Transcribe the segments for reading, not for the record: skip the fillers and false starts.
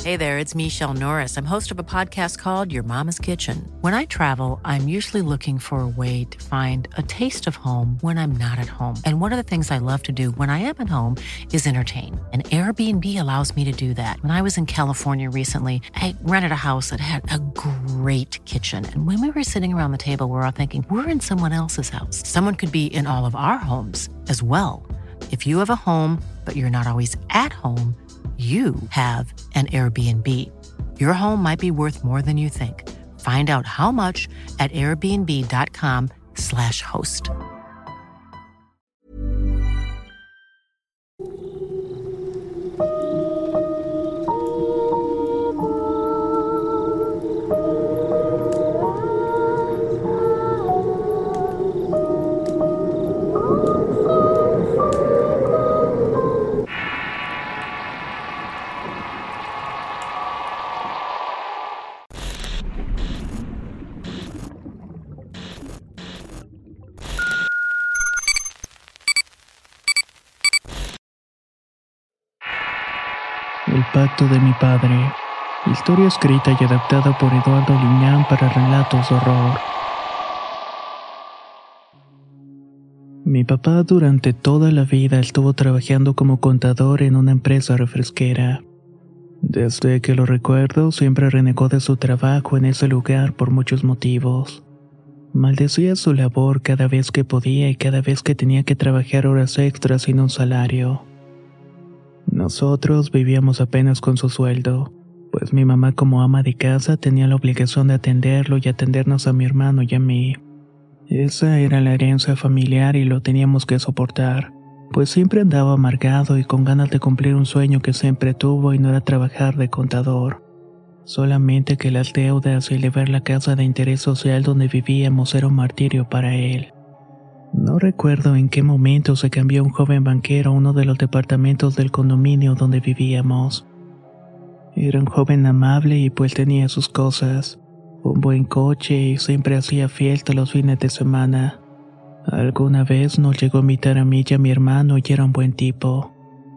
Hey there, it's Michelle Norris. I'm host of a podcast called Your Mama's Kitchen. When I travel, I'm usually looking for a way to find a taste of home when I'm not at home. And one of the things I love to do when I am at home is entertain. And Airbnb allows me to do that. When I was in California recently, I rented a house that had a great kitchen. And when we were sitting around the table, we were all thinking, we're in someone else's house. Someone could be in all of our homes as well. If you have a home, but you're not always at home, you have an Airbnb. Your home might be worth more than you think. Find out how much at airbnb.com/host. El pacto de mi padre. Historia escrita y adaptada por Eduardo Liñán para relatos de horror. Mi papá durante toda la vida estuvo trabajando como contador en una empresa refresquera. Desde que lo recuerdo, siempre renegó de su trabajo en ese lugar por muchos motivos. Maldecía su labor cada vez que podía y cada vez que tenía que trabajar horas extras sin un salario. Nosotros vivíamos apenas con su sueldo, pues mi mamá como ama de casa tenía la obligación de atenderlo y atendernos a mi hermano y a mí. Esa era la herencia familiar y lo teníamos que soportar, pues siempre andaba amargado y con ganas de cumplir un sueño que siempre tuvo y no era trabajar de contador. Solamente que las deudas y el deber la casa de interés social donde vivíamos era un martirio para él. No recuerdo en qué momento se cambió un joven banquero a uno de los departamentos del condominio donde vivíamos. Era un joven amable y pues tenía sus cosas, un buen coche y siempre hacía fiesta los fines de semana. Alguna vez nos llegó a invitar a mí y a mi hermano y era un buen tipo.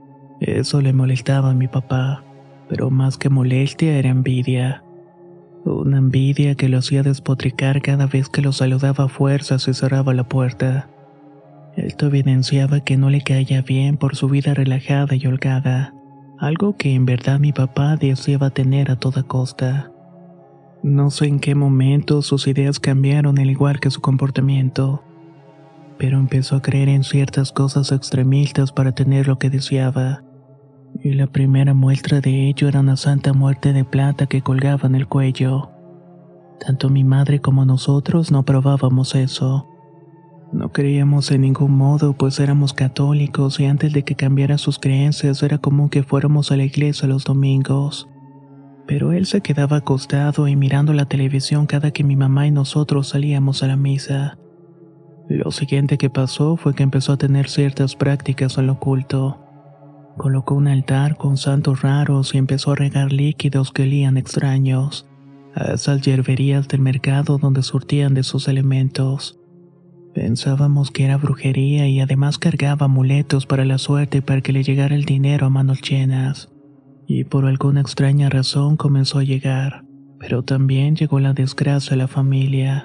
Eso le molestaba a mi papá, pero más que molestia era envidia. Una envidia que lo hacía despotricar cada vez que lo saludaba a fuerzas y cerraba la puerta. Esto evidenciaba que no le caía bien por su vida relajada y holgada, algo que en verdad mi papá deseaba tener a toda costa. No sé en qué momento sus ideas cambiaron al igual que su comportamiento, pero empezó a creer en ciertas cosas extremistas para tener lo que deseaba. Y la primera muestra de ello era una santa muerte de plata que colgaba en el cuello. Tanto mi madre como nosotros no probábamos eso. No creíamos en ningún modo, pues éramos católicos y antes de que cambiara sus creencias era común que fuéramos a la iglesia los domingos. Pero él se quedaba acostado y mirando la televisión cada que mi mamá y nosotros salíamos a la misa. Lo siguiente que pasó fue que empezó a tener ciertas prácticas al oculto. Colocó un altar con santos raros y empezó a regar líquidos que olían extraños a esas hierberías del mercado donde surtían de sus elementos. Pensábamos que era brujería y además cargaba amuletos para la suerte y para que le llegara el dinero a manos llenas. Y por alguna extraña razón comenzó a llegar, pero también llegó la desgracia a la familia.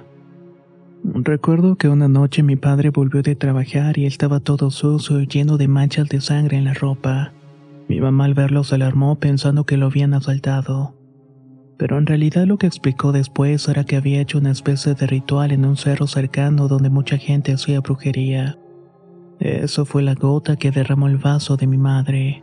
Recuerdo que una noche mi padre volvió de trabajar y él estaba todo sucio y lleno de manchas de sangre en la ropa. Mi mamá al verlo se alarmó pensando que lo habían asaltado. Pero en realidad lo que explicó después era que había hecho una especie de ritual en un cerro cercano donde mucha gente hacía brujería. Eso fue la gota que derramó el vaso de mi madre.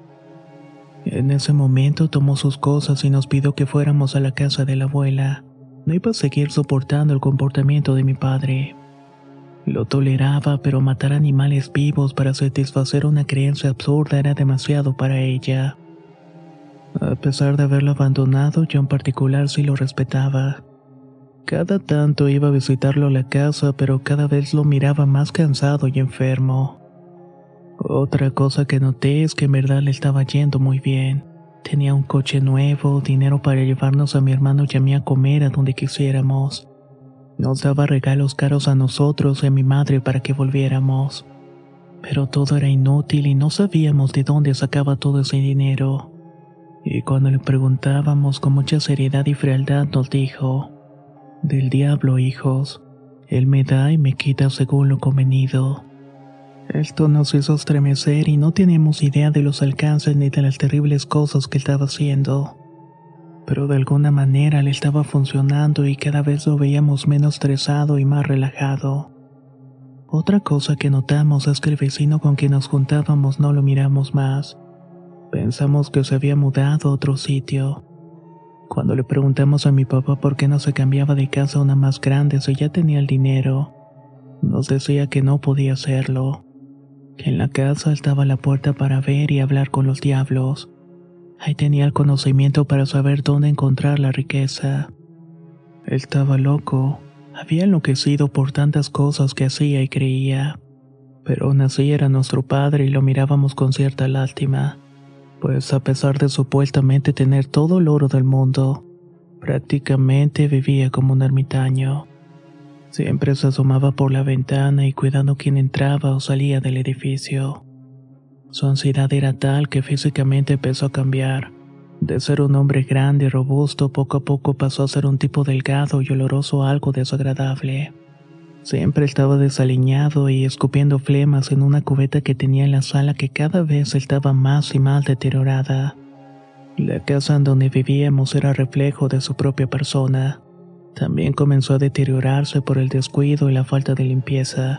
En ese momento tomó sus cosas y nos pidió que fuéramos a la casa de la abuela. No iba a seguir soportando el comportamiento de mi padre. Lo toleraba, pero matar animales vivos para satisfacer una creencia absurda era demasiado para ella. A pesar de haberlo abandonado, yo en particular sí lo respetaba. Cada tanto iba a visitarlo a la casa, pero cada vez lo miraba más cansado y enfermo. Otra cosa que noté es que en verdad le estaba yendo muy bien. Tenía un coche nuevo, dinero para llevarnos a mi hermano y a mí a comer a donde quisiéramos. Nos daba regalos caros a nosotros y a mi madre para que volviéramos. Pero todo era inútil y no sabíamos de dónde sacaba todo ese dinero. Y cuando le preguntábamos con mucha seriedad y frialdad nos dijo: del diablo, hijos, él me da y me quita según lo convenido. Esto nos hizo estremecer y no teníamos idea de los alcances ni de las terribles cosas que estaba haciendo. Pero de alguna manera le estaba funcionando y cada vez lo veíamos menos estresado y más relajado. Otra cosa que notamos es que el vecino con quien nos juntábamos no lo miramos más. Pensamos que se había mudado a otro sitio. Cuando le preguntamos a mi papá por qué no se cambiaba de casa a una más grande si ya tenía el dinero, nos decía que no podía hacerlo, que en la casa estaba la puerta para ver y hablar con los diablos. Ahí tenía el conocimiento para saber dónde encontrar la riqueza. Él estaba loco, había enloquecido por tantas cosas que hacía y creía, pero aún así era nuestro padre y lo mirábamos con cierta lástima, pues a pesar de supuestamente tener todo el oro del mundo, prácticamente vivía como un ermitaño. Siempre se asomaba por la ventana y cuidando quién entraba o salía del edificio. Su ansiedad era tal que físicamente empezó a cambiar. De ser un hombre grande y robusto, poco a poco pasó a ser un tipo delgado y oloroso, algo desagradable. Siempre estaba desaliñado y escupiendo flemas en una cubeta que tenía en la sala que cada vez estaba más y más deteriorada. La casa en donde vivíamos era reflejo de su propia persona. También comenzó a deteriorarse por el descuido y la falta de limpieza.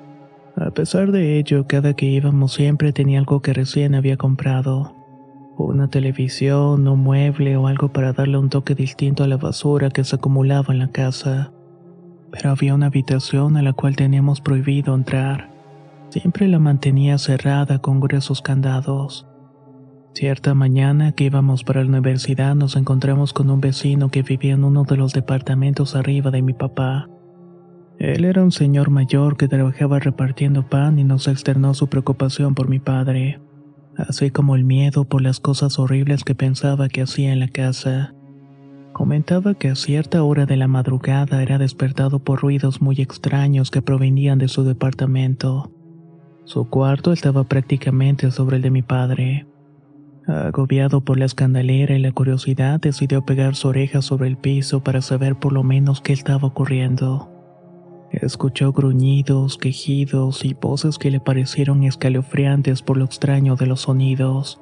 A pesar de ello, cada que íbamos siempre tenía algo que recién había comprado. Una televisión, un mueble o algo para darle un toque distinto a la basura que se acumulaba en la casa. Pero había una habitación a la cual teníamos prohibido entrar. Siempre la mantenía cerrada con gruesos candados. Cierta mañana que íbamos para la universidad nos encontramos con un vecino que vivía en uno de los departamentos arriba de mi papá. Él era un señor mayor que trabajaba repartiendo pan y nos externó su preocupación por mi padre, así como el miedo por las cosas horribles que pensaba que hacía en la casa. Comentaba que a cierta hora de la madrugada era despertado por ruidos muy extraños que provenían de su departamento. Su cuarto estaba prácticamente sobre el de mi padre. Agobiado por la escandalera y la curiosidad, decidió pegar su oreja sobre el piso para saber por lo menos qué estaba ocurriendo. Escuchó gruñidos, quejidos y voces que le parecieron escalofriantes por lo extraño de los sonidos.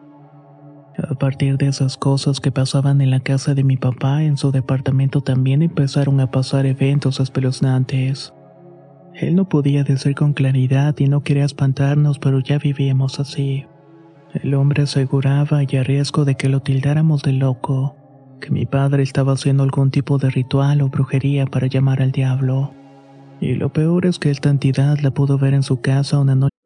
A partir de esas cosas que pasaban en la casa de mi papá, en su departamento también empezaron a pasar eventos espeluznantes. Él no podía decir con claridad y no quería espantarnos, pero ya vivíamos así. El hombre aseguraba, y a riesgo de que lo tildáramos de loco, que mi padre estaba haciendo algún tipo de ritual o brujería para llamar al diablo. Y lo peor es que esta entidad la pudo ver en su casa una noche.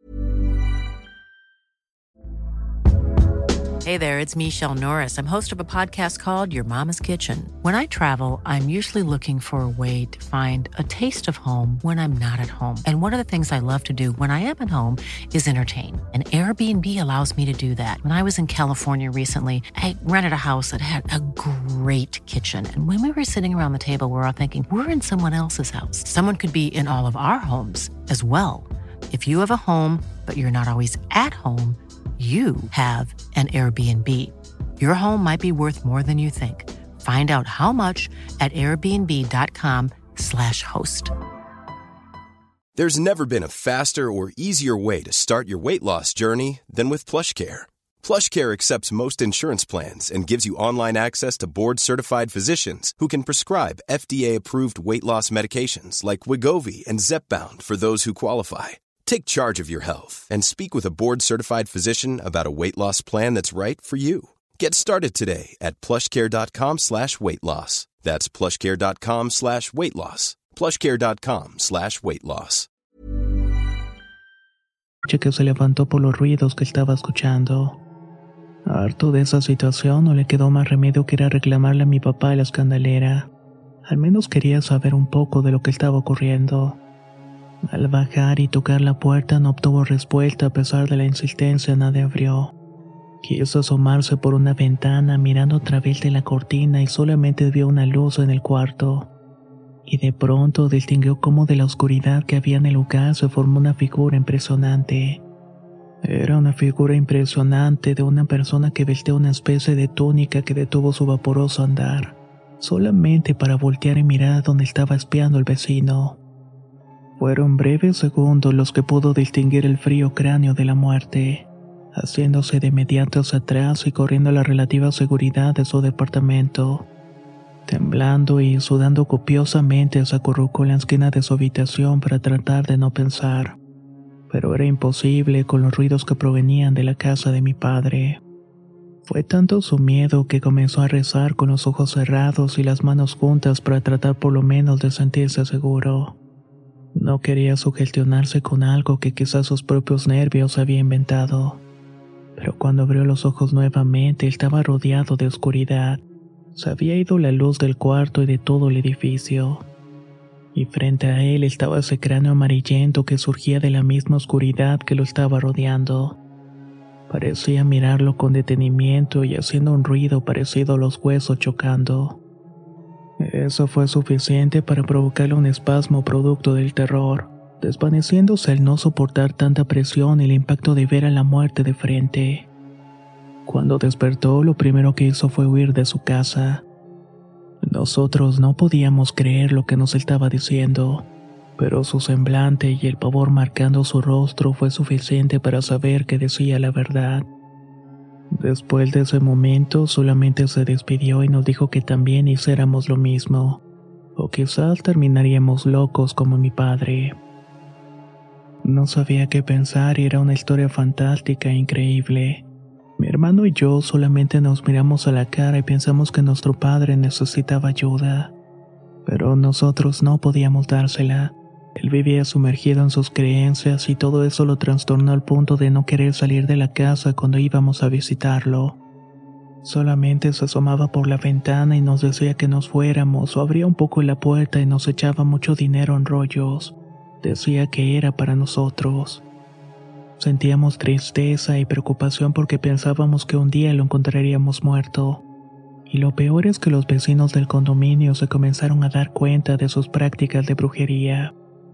Hey there, it's Michelle Norris. I'm host of a podcast called Your Mama's Kitchen. When I travel, I'm usually looking for a way to find a taste of home when I'm not at home. And one of the things I love to do when I am at home is entertain. And Airbnb allows me to do that. When I was in California recently, I rented a house that had a great kitchen. And when we were sitting around the table, we were all thinking, we're in someone else's house. Someone could be in all of our homes as well. If you have a home, but you're not always at home, you have an Airbnb. Your home might be worth more than you think. Find out how much at airbnb.com/host. There's never been a faster or easier way to start your weight loss journey than with PlushCare. PlushCare accepts most insurance plans and gives you online access to board-certified physicians who can prescribe FDA-approved weight loss medications like Wegovy and Zepbound for those who qualify. Take charge of your health and speak with a board-certified physician about a weight loss plan that's right for you. Get started today at plushcare.com/weightloss. That's plushcare.com/weightloss. plushcare.com/weightloss. Que se levantó por los ruidos que estaba escuchando. Harto de esa situación, no le quedó más remedio que ir a reclamarle a mi papá la escandalera. Al menos quería saber un poco de lo que estaba ocurriendo. Al bajar y tocar la puerta no obtuvo respuesta a pesar de la insistencia, nadie abrió. Quiso asomarse por una ventana mirando a través de la cortina y solamente vio una luz en el cuarto. Y de pronto distinguió cómo de la oscuridad que había en el lugar se formó una figura impresionante. Era una figura impresionante de una persona que vestía una especie de túnica que detuvo su vaporoso andar, solamente para voltear y mirar a donde estaba espiando el vecino. Fueron breves segundos los que pudo distinguir el frío cráneo de la muerte, haciéndose de inmediato hacia atrás y corriendo a la relativa seguridad de su departamento. Temblando y sudando copiosamente se acurrucó en la esquina de su habitación para tratar de no pensar, pero era imposible con los ruidos que provenían de la casa de mi padre. Fue tanto su miedo que comenzó a rezar con los ojos cerrados y las manos juntas para tratar por lo menos de sentirse seguro. No quería sugestionarse con algo que quizás sus propios nervios había inventado. Pero cuando abrió los ojos nuevamente estaba rodeado de oscuridad. Se había ido la luz del cuarto y de todo el edificio. Y frente a él estaba ese cráneo amarillento que surgía de la misma oscuridad que lo estaba rodeando. Parecía mirarlo con detenimiento y haciendo un ruido parecido a los huesos chocando. Eso fue suficiente para provocarle un espasmo producto del terror, desvaneciéndose al no soportar tanta presión y el impacto de ver a la muerte de frente. Cuando despertó, lo primero que hizo fue huir de su casa. Nosotros no podíamos creer lo que nos estaba diciendo, pero su semblante y el pavor marcando su rostro fue suficiente para saber que decía la verdad. Después de ese momento solamente se despidió y nos dijo que también hiciéramos lo mismo, o quizás terminaríamos locos como mi padre. No sabía qué pensar y era una historia fantástica e increíble. Mi hermano y yo solamente nos miramos a la cara y pensamos que nuestro padre necesitaba ayuda, pero nosotros no podíamos dársela. Él vivía sumergido en sus creencias y todo eso lo trastornó al punto de no querer salir de la casa cuando íbamos a visitarlo. Solamente se asomaba por la ventana y nos decía que nos fuéramos o abría un poco la puerta y nos echaba mucho dinero en rollos. Decía que era para nosotros. Sentíamos tristeza y preocupación porque pensábamos que un día lo encontraríamos muerto. Y lo peor es que los vecinos del condominio se comenzaron a dar cuenta de sus prácticas de brujería.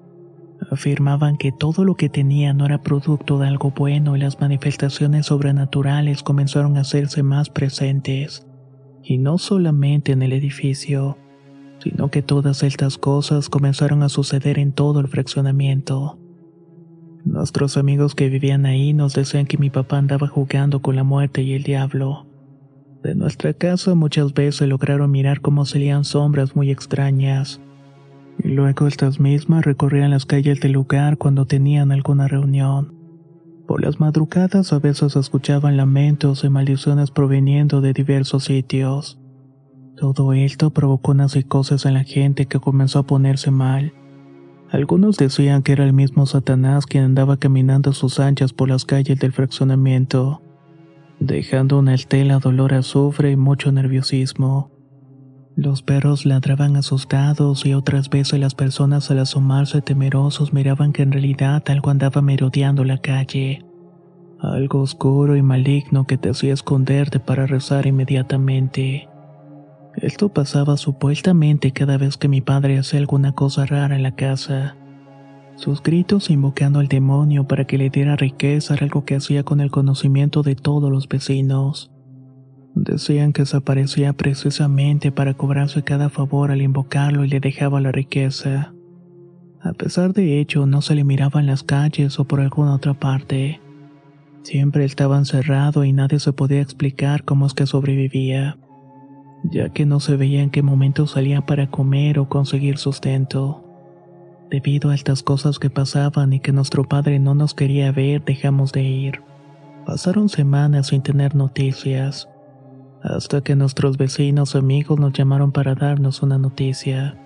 Afirmaban que todo lo que tenía no era producto de algo bueno y las manifestaciones sobrenaturales comenzaron a hacerse más presentes. Y no solamente en el edificio, sino que todas estas cosas comenzaron a suceder en todo el fraccionamiento. Nuestros amigos que vivían ahí nos decían que mi papá andaba jugando con la muerte y el diablo. De nuestra casa muchas veces lograron mirar cómo salían sombras muy extrañas. Y luego estas mismas recorrían las calles del lugar cuando tenían alguna reunión. Por las madrugadas a veces escuchaban lamentos y maldiciones proveniendo de diversos sitios. Todo esto provocó una psicosis en la gente que comenzó a ponerse mal. Algunos decían que era el mismo Satanás quien andaba caminando a sus anchas por las calles del fraccionamiento, dejando una estela de olor a azufre y mucho nerviosismo. Los perros ladraban asustados y otras veces las personas al asomarse temerosos miraban que en realidad algo andaba merodeando la calle. Algo oscuro y maligno que te hacía esconderte para rezar inmediatamente. Esto pasaba supuestamente cada vez que mi padre hacía alguna cosa rara en la casa. Sus gritos invocando al demonio para que le diera riqueza era algo que hacía con el conocimiento de todos los vecinos. Decían que se aparecía precisamente para cobrarse cada favor al invocarlo y le dejaba la riqueza. A pesar de ello, no se le miraba en las calles o por alguna otra parte. Siempre estaba encerrado y nadie se podía explicar cómo es que sobrevivía, ya que no se veía en qué momento salía para comer o conseguir sustento. Debido a estas cosas que pasaban y que nuestro padre no nos quería ver, dejamos de ir. Pasaron semanas sin tener noticias, hasta que nuestros vecinos amigos nos llamaron para darnos una noticia.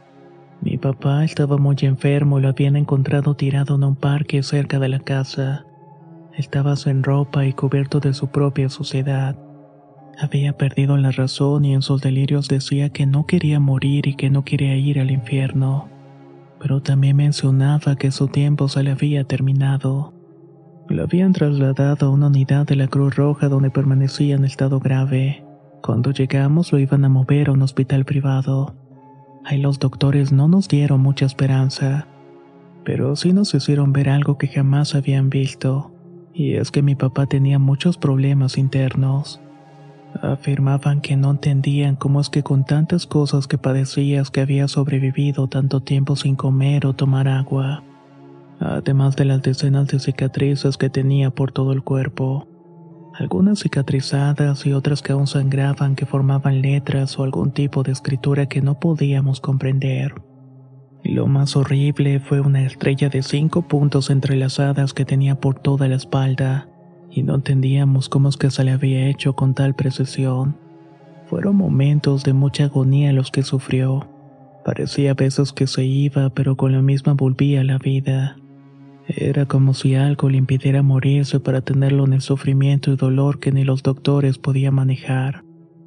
Mi papá estaba muy enfermo y lo habían encontrado tirado en un parque cerca de la casa. Estaba sin ropa y cubierto de su propia suciedad. Había perdido la razón y en sus delirios decía que no quería morir y que no quería ir al infierno. Pero también mencionaba que su tiempo se le había terminado. Lo habían trasladado a una unidad de la Cruz Roja donde permanecía en estado grave. Cuando llegamos lo iban a mover a un hospital privado. Ahí los doctores no nos dieron mucha esperanza, pero sí nos hicieron ver algo que jamás habían visto. Y es que mi papá tenía muchos problemas internos. Afirmaban que no entendían cómo es que con tantas cosas que padecías que había sobrevivido tanto tiempo sin comer o tomar agua, además de las decenas de cicatrices que tenía por todo el cuerpo, algunas cicatrizadas y otras que aún sangraban, que formaban letras o algún tipo de escritura que no podíamos comprender. Lo más horrible fue una estrella de 5 puntos entrelazadas que tenía por toda la espalda, y no entendíamos cómo es que se le había hecho con tal precisión. Fueron momentos de mucha agonía los que sufrió. Parecía a veces que se iba, pero con la misma volvía a la vida. Era como si algo le impidiera morirse para tenerlo en el sufrimiento y dolor que ni los doctores podían manejar.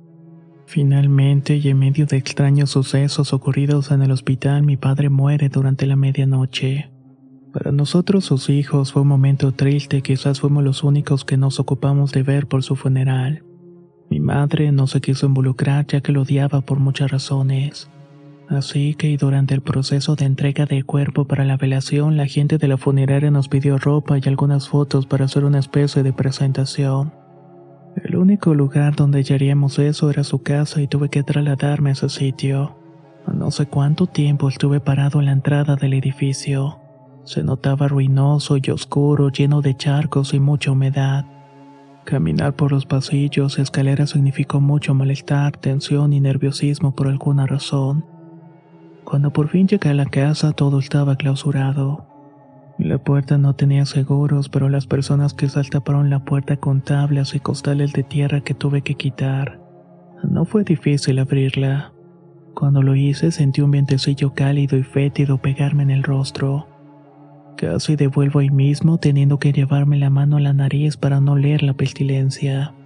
Finalmente, y en medio de extraños sucesos ocurridos en el hospital, mi padre muere durante la medianoche. Para nosotros, sus hijos, fue un momento triste y quizás fuimos los únicos que nos ocupamos de ver por su funeral. Mi madre no se quiso involucrar ya que lo odiaba por muchas razones. Así que durante el proceso de entrega del cuerpo para la velación, la gente de la funeraria nos pidió ropa y algunas fotos para hacer una especie de presentación. El único lugar donde haríamos eso era su casa y tuve que trasladarme a ese sitio. No sé cuánto tiempo estuve parado en la entrada del edificio. Se notaba ruinoso y oscuro, lleno de charcos y mucha humedad. Caminar por los pasillos y escaleras significó mucho malestar, tensión y nerviosismo por alguna razón. Cuando por fin llegué a la casa, todo estaba clausurado. La puerta no tenía seguros, pero las personas que taparon la puerta con tablas y costales de tierra que tuve que quitar. No fue difícil abrirla. Cuando lo hice, sentí un vientecillo cálido y fétido pegarme en el rostro. Casi devuelvo ahí mismo, teniendo que llevarme la mano a la nariz para no oler la pestilencia.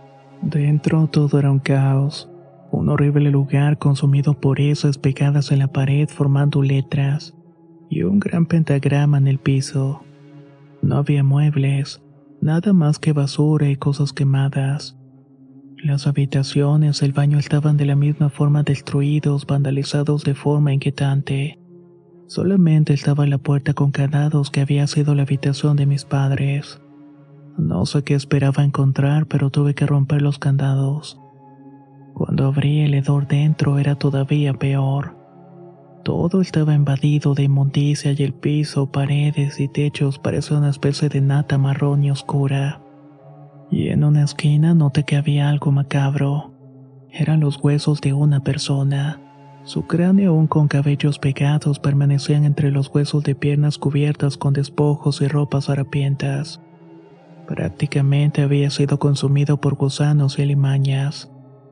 Dentro todo era un caos. Un horrible lugar consumido por heces pegadas en la pared formando letras. Y un gran pentagrama en el piso. No había muebles, nada más que basura y cosas quemadas. Las habitaciones, el baño estaban de la misma forma destruidos, vandalizados de forma inquietante. Solamente estaba la puerta con candados que había sido la habitación de mis padres. No sé qué esperaba encontrar, pero tuve que romper los candados. Cuando abrí el hedor dentro era todavía peor. Todo estaba invadido de inmundicia y el piso, paredes y techos parecía una especie de nata marrón y oscura. Y en una esquina noté que había algo macabro. Eran los huesos de una persona. Su cráneo, aún con cabellos pegados, permanecían entre los huesos de piernas cubiertas con despojos y ropas harapientas. Prácticamente había sido consumido por gusanos y alimañas.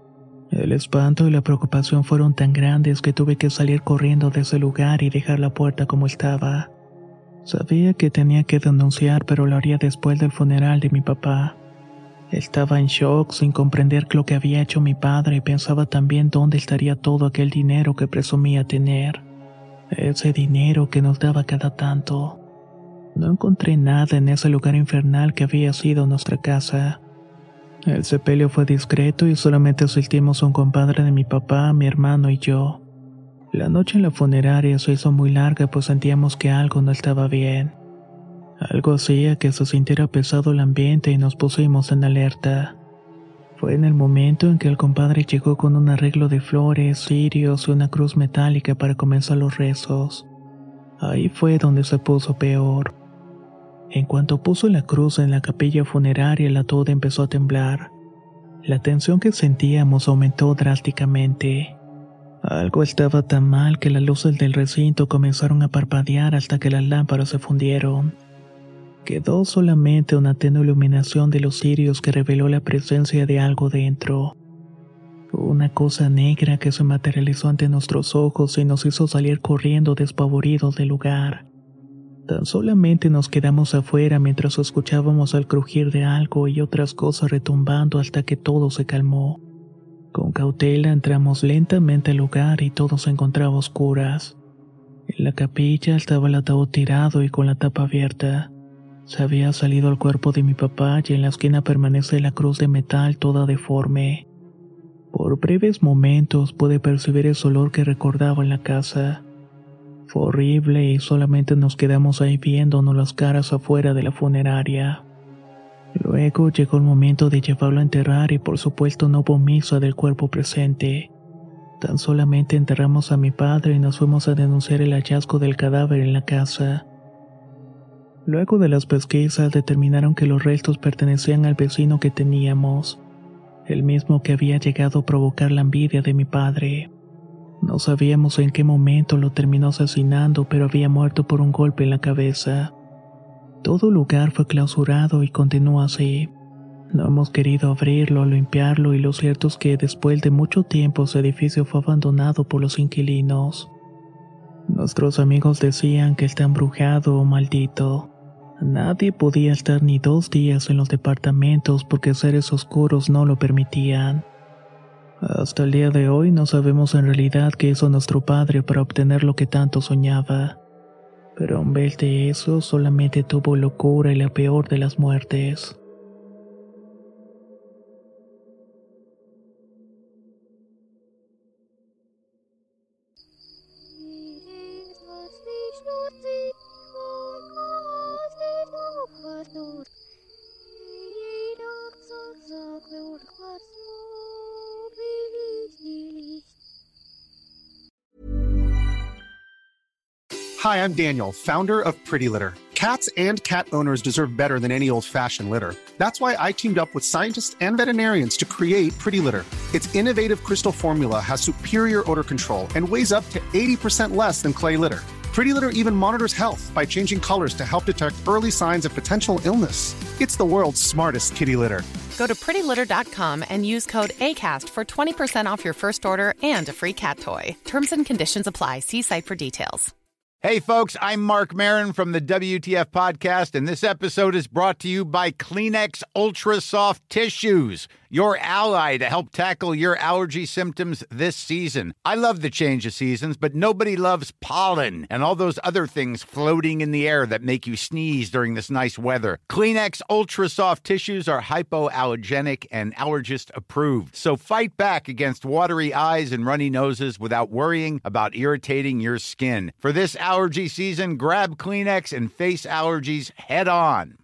El espanto y la preocupación fueron tan grandes que tuve que salir corriendo de ese lugar y dejar la puerta como estaba. Sabía que tenía que denunciar, pero lo haría después del funeral de mi papá. Estaba en shock, sin comprender lo que había hecho mi padre, y pensaba también dónde estaría todo aquel dinero que presumía tener. Ese dinero que nos daba cada tanto. No encontré nada en ese lugar infernal que había sido nuestra casa. El sepelio fue discreto y solamente asistimos a un compadre de mi papá, mi hermano y yo. La noche en la funeraria se hizo muy larga, pues sentíamos que algo no estaba bien. Algo hacía que se sintiera pesado el ambiente y nos pusimos en alerta. Fue en el momento en que el compadre llegó con un arreglo de flores, cirios y una cruz metálica para comenzar los rezos. Ahí fue donde se puso peor. En cuanto puso la cruz en la capilla funeraria, el ataúd empezó a temblar. La tensión que sentíamos aumentó drásticamente. Algo estaba tan mal que las luces del recinto comenzaron a parpadear hasta que las lámparas se fundieron. Quedó solamente una tenue iluminación de los cirios que reveló la presencia de algo dentro. Una cosa negra que se materializó ante nuestros ojos y nos hizo salir corriendo despavoridos del lugar. Tan solamente nos quedamos afuera mientras escuchábamos el crujir de algo y otras cosas retumbando hasta que todo se calmó. Con cautela entramos lentamente al lugar y todo se encontraba a oscuras. En la capilla estaba el ataúd tirado y con la tapa abierta. Se había salido el cuerpo de mi papá y en la esquina permanece la cruz de metal toda deforme. Por breves momentos pude percibir ese olor que recordaba en la casa. Fue horrible y solamente nos quedamos ahí viéndonos las caras afuera de la funeraria. Luego llegó el momento de llevarlo a enterrar y por supuesto no hubo misa del cuerpo presente. Tan solamente enterramos a mi padre y nos fuimos a denunciar el hallazgo del cadáver en la casa. Luego de las pesquisas determinaron que los restos pertenecían al vecino que teníamos, el mismo que había llegado a provocar la envidia de mi padre. No sabíamos en qué momento lo terminó asesinando, pero había muerto por un golpe en la cabeza. Todo el lugar fue clausurado y continuó así. No hemos querido abrirlo, limpiarlo y lo cierto es que después de mucho tiempo ese edificio fue abandonado por los inquilinos. Nuestros amigos decían que está embrujado o maldito. Nadie podía estar ni 2 días en los departamentos porque seres oscuros no lo permitían. Hasta el día de hoy no sabemos en realidad qué hizo nuestro padre para obtener lo que tanto soñaba. Pero en vez de eso, solamente tuvo locura y la peor de las muertes. Hi, I'm Daniel, founder of Pretty Litter. Cats and cat owners deserve better than any old-fashioned litter. That's why I teamed up with scientists and veterinarians to create Pretty Litter. Its innovative crystal formula has superior odor control and weighs up to 80% less than clay litter. Pretty Litter even monitors health by changing colors to help detect early signs of potential illness. It's the world's smartest kitty litter. Go to prettylitter.com and use code ACAST for 20% off your first order and a free cat toy. Terms and conditions apply. See site for details. Hey, folks, I'm Mark Maron from the WTF Podcast, and this episode is brought to you by Kleenex Ultra Soft Tissues, your ally to help tackle your allergy symptoms this season. I love the change of seasons, but nobody loves pollen and all those other things floating in the air that make you sneeze during this nice weather. Kleenex Ultra Soft Tissues are hypoallergenic and allergist approved, so fight back against watery eyes and runny noses without worrying about irritating your skin. For this allergy season, grab Kleenex and face allergies head on.